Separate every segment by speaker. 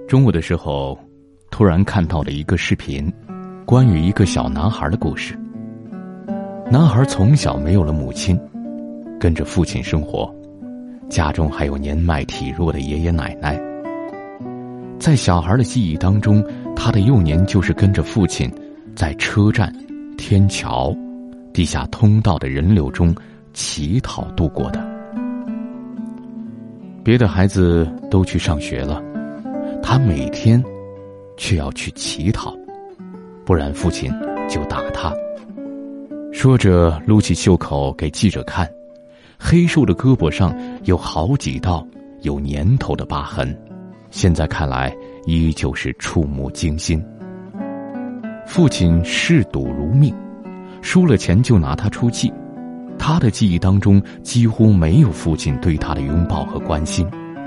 Speaker 1: 中午的时候，突然看到了一个视频，关于一个小男孩的故事。男孩从小没有了母亲，跟着父亲生活，家中还有年迈体弱的爷爷奶奶。在小孩的记忆当中，他的幼年就是跟着父亲在车站、天桥、地下通道的人流中乞讨度过的。别的孩子都去上学了，他每天却要去乞讨，不然父亲就打他。说着撸起袖口给记者看，黑瘦的胳膊上有好几道有年头的疤痕，现在看来依旧是触目惊心。父亲嗜赌如命，输了钱就拿他出气，他的记忆当中几乎没有父亲对他的拥抱和关心。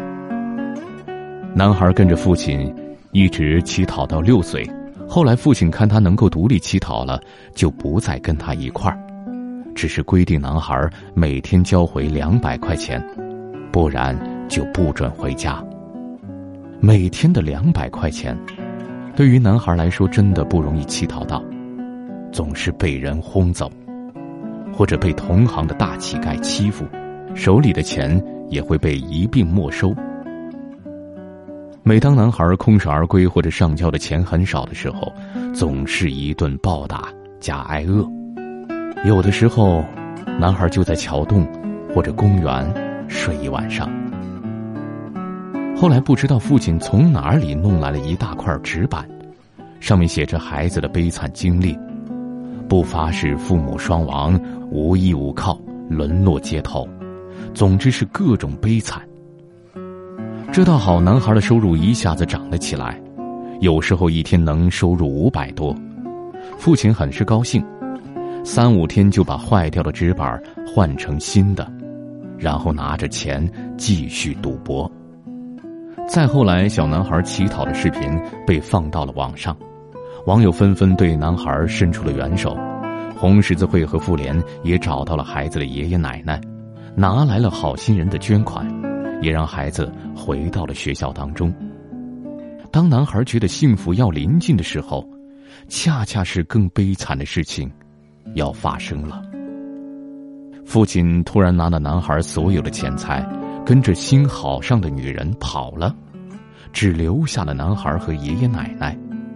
Speaker 1: 男孩跟着父亲一直乞讨到6岁，后来父亲看他能够独立乞讨了，就不再跟他一块儿，只是规定男孩每天交回200块钱，不然就不准回家。每天的200块钱，对于男孩来说真的不容易乞讨到，总是被人轰走，或者被同行的大乞丐欺负，手里的钱也会被一并没收。每当男孩空手而归或者上交的钱很少的时候，总是一顿暴打加挨饿。有的时候男孩就在桥洞或者公园睡一晚上。后来不知道父亲从哪里弄来了一大块纸板，上面写着孩子的悲惨经历，不乏是父母双亡、无依无靠、沦落街头，总之是各种悲惨。这倒好，男孩的收入一下子涨了起来，有时候一天能收入500多，父亲很是高兴，3-5天就把坏掉的纸板换成新的，然后拿着钱继续赌博。再后来，小男孩乞讨的视频被放到了网上，网友纷纷对男孩伸出了援手，红十字会和妇联也找到了孩子的爷爷奶奶，拿来了好心人的捐款，也让孩子回到了学校当中。当男孩觉得幸福要临近的时候，恰恰是更悲惨的事情要发生了。父亲突然拿了男孩所有的钱财，跟着新好上的女人跑了，只留下了男孩和爷爷奶奶。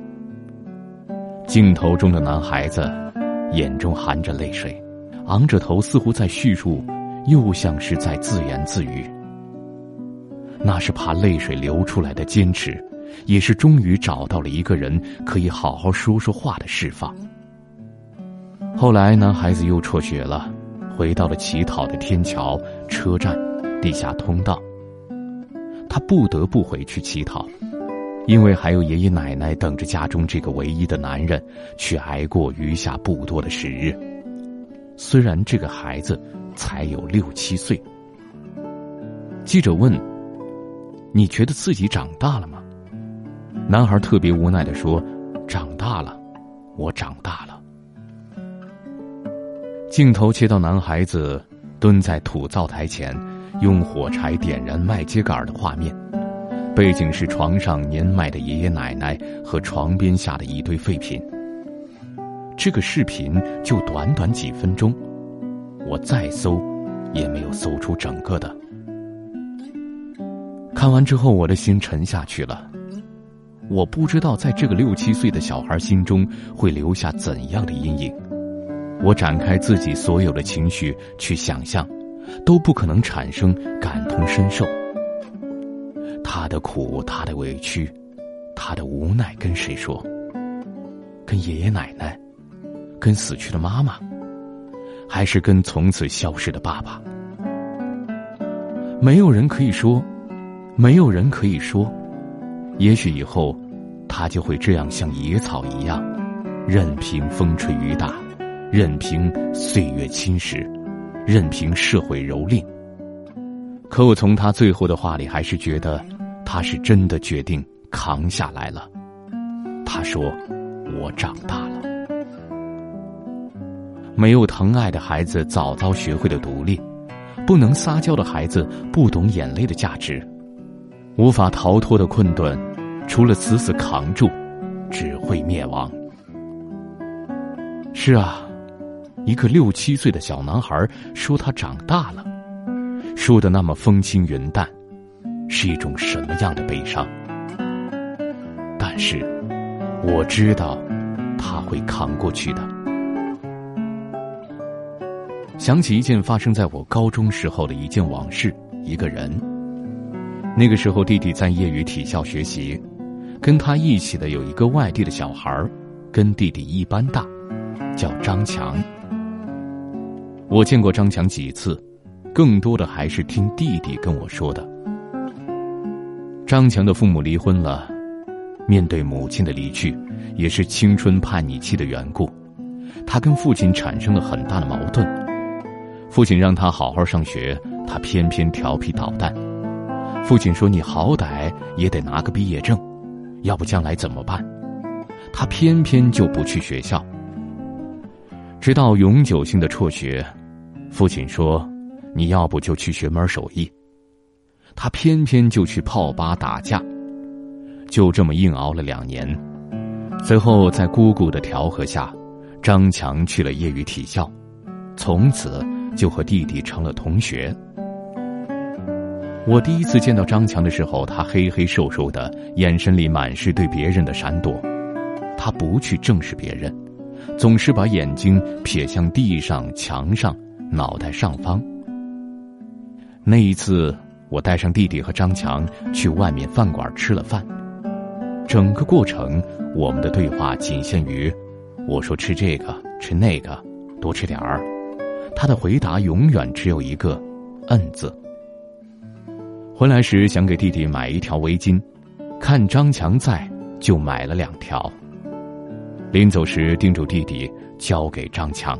Speaker 1: 镜头中的男孩子眼中含着泪水，昂着头，似乎在叙述，又像是在自言自语。那是怕泪水流出来的坚持，也是终于找到了一个人可以好好说说话的释放。后来男孩子又辍学了，回到了乞讨的天桥、车站、地下通道。他不得不回去乞讨，因为还有爷爷奶奶等着家中这个唯一的男人去挨过余下不多的时日。虽然这个孩子才有6-7岁。记者问：你觉得自己长大了吗？男孩特别无奈地说：长大了，我长大了。镜头切到男孩子蹲在土灶台前，用火柴点燃麦秸秆的画面，背景是床上年迈的爷爷奶奶和床边下的一堆废品。这个视频就短短几分钟，我再搜也没有搜出整个的。看完之后，我的心沉下去了。我不知道在这个6-7岁的小孩心中会留下怎样的阴影。我展开自己所有的情绪去想象，都不可能产生感同身受。他的苦，他的委屈，他的无奈跟谁说？跟爷爷奶奶？跟死去的妈妈？还是跟从此消失的爸爸？没有人可以说，没有人可以说，也许以后他就会这样像野草一样，任凭风吹雨打，任凭岁月侵蚀，任凭社会蹂躏。可我从他最后的话里还是觉得他是真的决定扛下来了。他说：我长大了。没有疼爱的孩子早早学会了独立，不能撒娇的孩子不懂眼泪的价值，无法逃脱的困顿除了死死扛住，只会灭亡。是啊，一个6、7岁的小男孩说他长大了，说的那么风轻云淡，是一种什么样的悲伤？但是我知道他会扛过去的。想起一件发生在我高中时候的一件往事，一个人。那个时候弟弟在业余体校学习，跟他一起的有一个外地的小孩，跟弟弟一般大，叫张强。我见过张强几次，更多的还是听弟弟跟我说的。张强的父母离婚了，面对母亲的离去，也是青春叛逆期的缘故，他跟父亲产生了很大的矛盾。父亲让他好好上学，他偏偏调皮捣蛋。父亲说：“你好歹也得拿个毕业证，要不将来怎么办？”他偏偏就不去学校。直到永久性的辍学，父亲说：“你要不就去学门手艺。”他偏偏就去泡吧打架。就这么硬熬了2年，最后在姑姑的调和下，张强去了业余体校，从此就和弟弟成了同学。我第一次见到张强的时候，他黑黑瘦瘦的，眼神里满是对别人的闪躲。他不去正视别人，总是把眼睛瞥向地上、墙上、脑袋上方。那一次，我带上弟弟和张强去外面饭馆吃了饭。整个过程，我们的对话仅限于我说吃这个吃那个，多吃点儿。他的回答永远只有一个“字。回来时想给弟弟买一条围巾，看张强在，就买了2条。临走时叮嘱弟弟交给张强。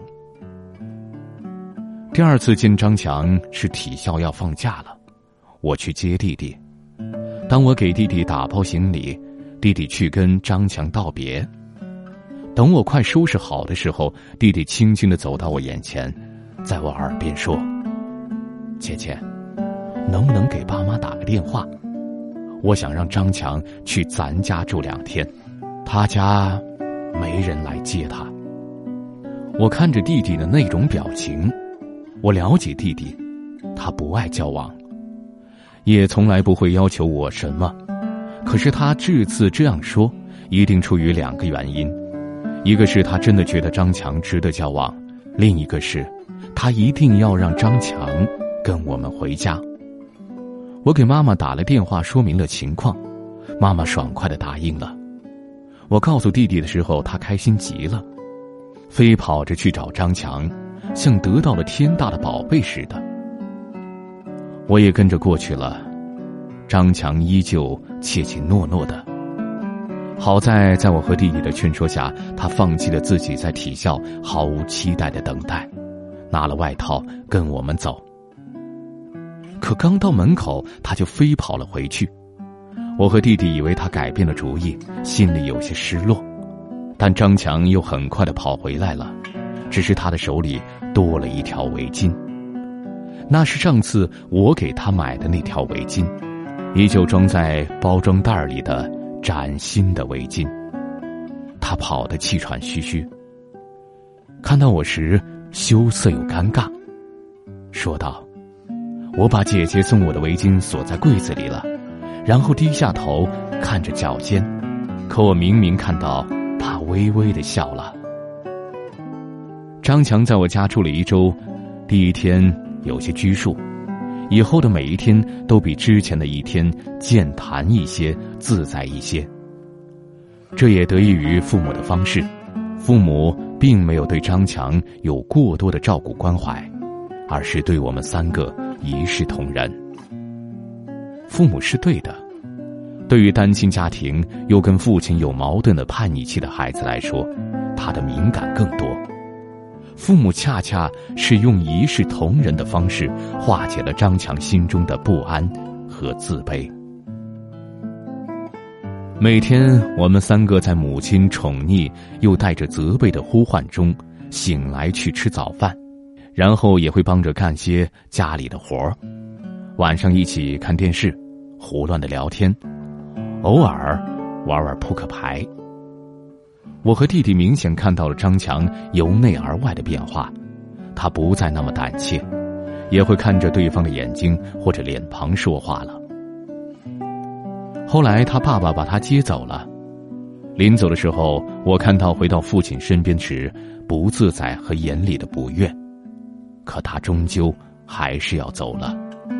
Speaker 1: 第2次见张强是体校要放假了，我去接弟弟。当我给弟弟打包行李，弟弟去跟张强道别。等我快收拾好的时候，弟弟轻轻地走到我眼前，在我耳边说：“姐姐，能不能给爸妈打个电话？我想让张强去咱家住2天，他家没人来接他。”我看着弟弟的那种表情，我了解弟弟，他不爱交往，也从来不会要求我什么。可是他这次这样说，一定出于2个原因。一个是他真的觉得张强值得交往，另一个是他一定要让张强跟我们回家。我给妈妈打了电话说明了情况，妈妈爽快地答应了。我告诉弟弟的时候，他开心极了，飞跑着去找张强，像得到了天大的宝贝似的。我也跟着过去了，张强依旧怯怯懦懦的。好在我和弟弟的劝说下，他放弃了自己在体校毫无期待的等待，拿了外套跟我们走。可刚到门口，他就飞跑了回去。我和弟弟以为他改变了主意，心里有些失落。但张强又很快地跑回来了，只是他的手里多了一条围巾。那是上次我给他买的那条围巾，依旧装在包装袋里的崭新的围巾。他跑得气喘吁吁，看到我时羞涩又尴尬，说道：“我把姐姐送我的围巾锁在柜子里了。”然后低下头看着脚尖，可我明明看到他微微地笑了。张强在我家住了1周，第1天有些拘束，以后的每一天都比之前的1天健谈一些，自在一些。这也得益于父母的方式，父母并没有对张强有过多的照顾关怀，而是对我们3个一视同仁。父母是对的，对于单亲家庭又跟父亲有矛盾的叛逆期的孩子来说，他的敏感更多。父母恰恰是用一视同仁的方式化解了张强心中的不安和自卑。每天我们3个在母亲宠溺又带着责备的呼唤中醒来去吃早饭，然后也会帮着干些家里的活儿。晚上一起看电视，胡乱的聊天，偶尔玩玩扑克牌。我和弟弟明显看到了张强由内而外的变化，他不再那么胆怯，也会看着对方的眼睛或者脸庞说话了。后来他爸爸把他接走了，临走的时候，我看到回到父亲身边时不自在和眼里的不悦，可他终究还是要走了。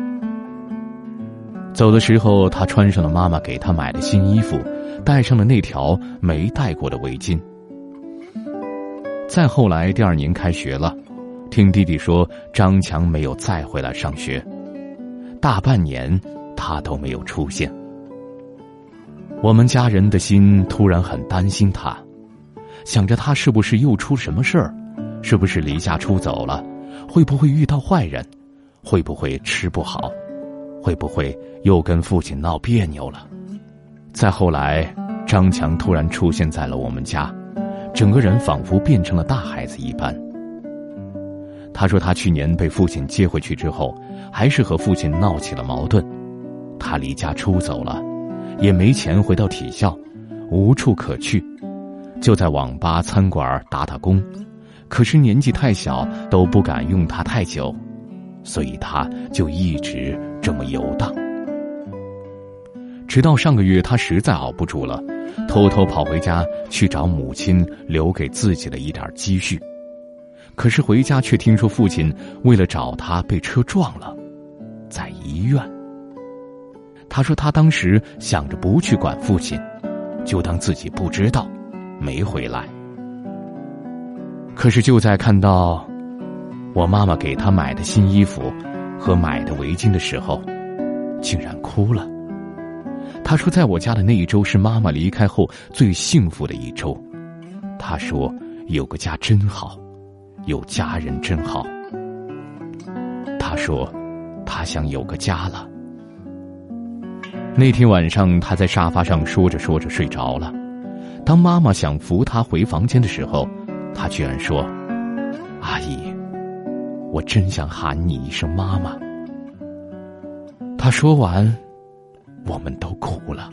Speaker 1: 走的时候，他穿上了妈妈给他买的新衣服，戴上了那条没戴过的围巾。再后来第2年开学了，听弟弟说张强没有再回来上学，大半年他都没有出现。我们家人的心突然很担心他，想着他是不是又出什么事儿，是不是离家出走了，会不会遇到坏人，会不会吃不好，会不会又跟父亲闹别扭了。再后来，张强突然出现在了我们家，整个人仿佛变成了大孩子一般。他说他去年被父亲接回去之后，还是和父亲闹起了矛盾，他离家出走了，也没钱回到体校，无处可去，就在网吧餐馆打工，可是年纪太小，都不敢用他太久，所以他就一直这么游荡。直到上个月他实在熬不住了，偷偷跑回家去找母亲留给自己的一点积蓄，可是回家却听说父亲为了找他被车撞了，在医院。他说他当时想着不去管父亲，就当自己不知道，没回来。可是就在看到我妈妈给他买的新衣服和买的围巾的时候，竟然哭了。他说在我家的那一周是妈妈离开后最幸福的一周，他说有个家真好，有家人真好。他说他想有个家了。那天晚上他在沙发上说着说着睡着了，当妈妈想扶他回房间的时候，他居然说：阿姨，我真想喊你一声妈妈。他说完，我们都哭了。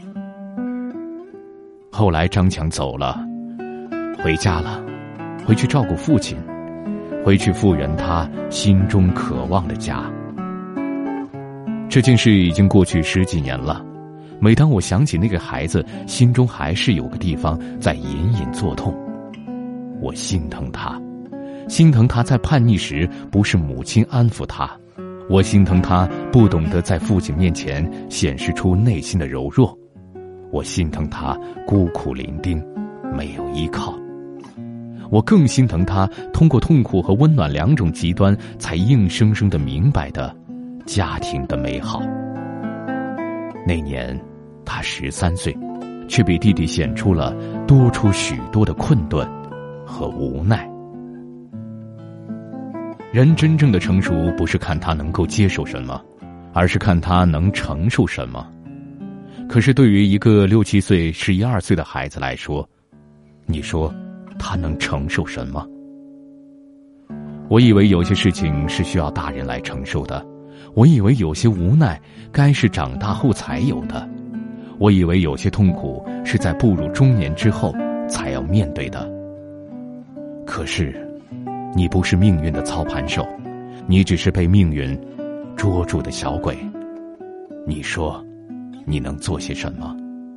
Speaker 1: 后来张强走了，回家了，回去照顾父亲，回去复原他心中渴望的家。这件事已经过去10几年了，每当我想起那个孩子，心中还是有个地方在隐隐作痛。我心疼他，心疼他在叛逆时不是母亲安抚他，我心疼他不懂得在父亲面前显示出内心的柔弱，我心疼他孤苦伶仃，没有依靠。我更心疼他通过痛苦和温暖2种极端才硬生生地明白的家庭的美好。那年他13岁，却比弟弟显出了多出许多的困顿和无奈。人真正的成熟不是看他能够接受什么，而是看他能承受什么。可是对于一个6、7岁、11、12岁的孩子来说，你说他能承受什么？我以为有些事情是需要大人来承受的，我以为有些无奈该是长大后才有的，我以为有些痛苦是在步入中年之后才要面对的。可是你不是命运的操盘手，你只是被命运捉住的小鬼。你说你能做些什么？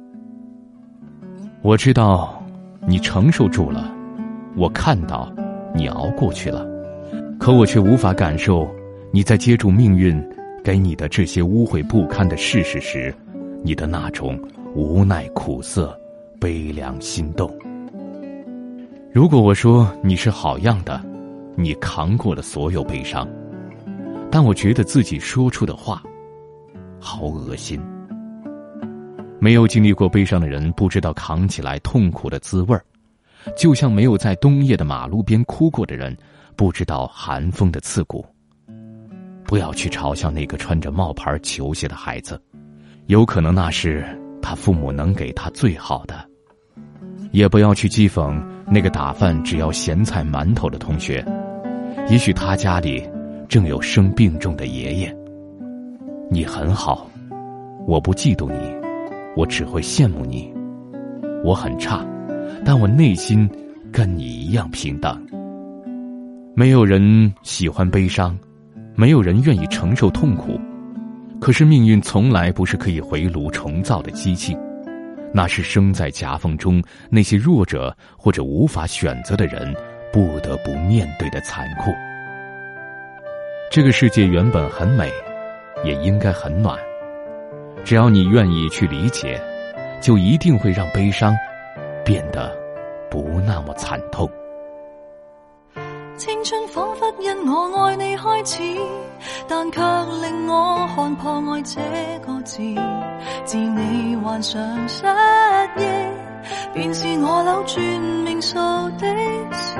Speaker 1: 我知道你承受住了，我看到你熬过去了，可我却无法感受你在接住命运给你的这些污秽不堪的事实时，你的那种无奈、苦涩、悲凉、心动。如果我说你是好样的，你扛过了所有悲伤，但我觉得自己说出的话好恶心。没有经历过悲伤的人不知道扛起来痛苦的滋味儿，就像没有在冬夜的马路边哭过的人不知道寒风的刺骨。不要去嘲笑那个穿着冒牌球鞋的孩子，有可能那是他父母能给他最好的。也不要去讥讽那个打饭只要咸菜馒头的同学，也许他家里正有生病重的爷爷。你很好，我不嫉妒你，我只会羡慕你。 我很差，但我内心跟你一样平等。没有人喜欢悲伤，没有人愿意承受痛苦，可是命运从来不是可以回炉重造的机器，那是生在夹缝中那些弱者或者无法选择的人不得不面对的残酷。这个世界原本很美，也应该很暖，只要你愿意去理解，就一定会让悲伤变得不那么惨痛。
Speaker 2: 青春仿佛因我愛你開始，但卻令我看破愛這個字。自你患上失憶，便是我扭轉命數的事。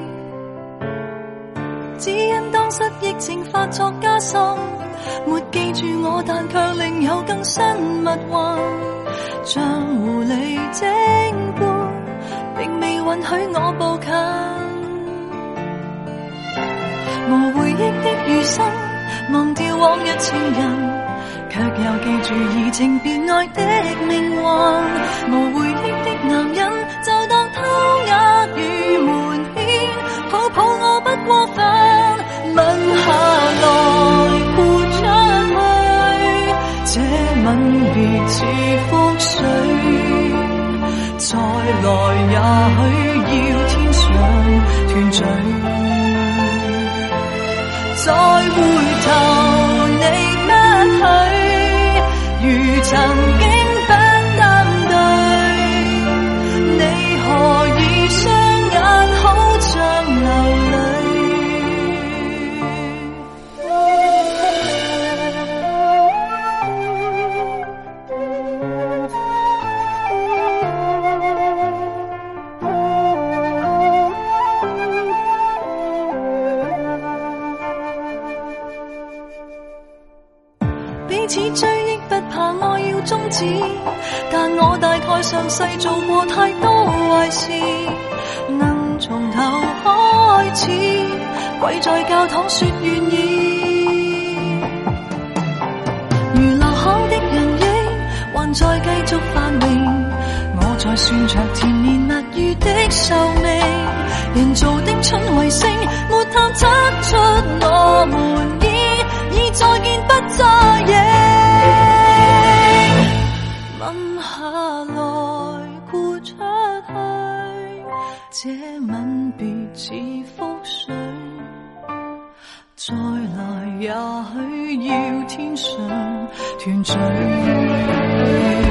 Speaker 2: 只因當失憶症發作加深，沒記住我，但卻另有更新密運。像狐狸精般，並未允許我步近。無回憶的餘生，忘掉往日情人，卻又記住移情別愛的命運。無回憶的男人，就當偷呃與瞞騙，抱抱我不過分，吻下來潑出去，這吻別似覆水，再來也許要天上團聚。再回頭你不許，如曾經不擔對，你何以雙眼好像流淚。彼此追憶不怕愛要終止，但我大概上世做過太多壞事，能從頭開始，跪在教堂說願意。如流行的人影，還在繼續繁榮，我在算着甜言蜜語的壽命，人造的春衛星，沒探測出我們已再見不再影。吻下來潑出去，這吻別似覆水，再來也許要天上團聚。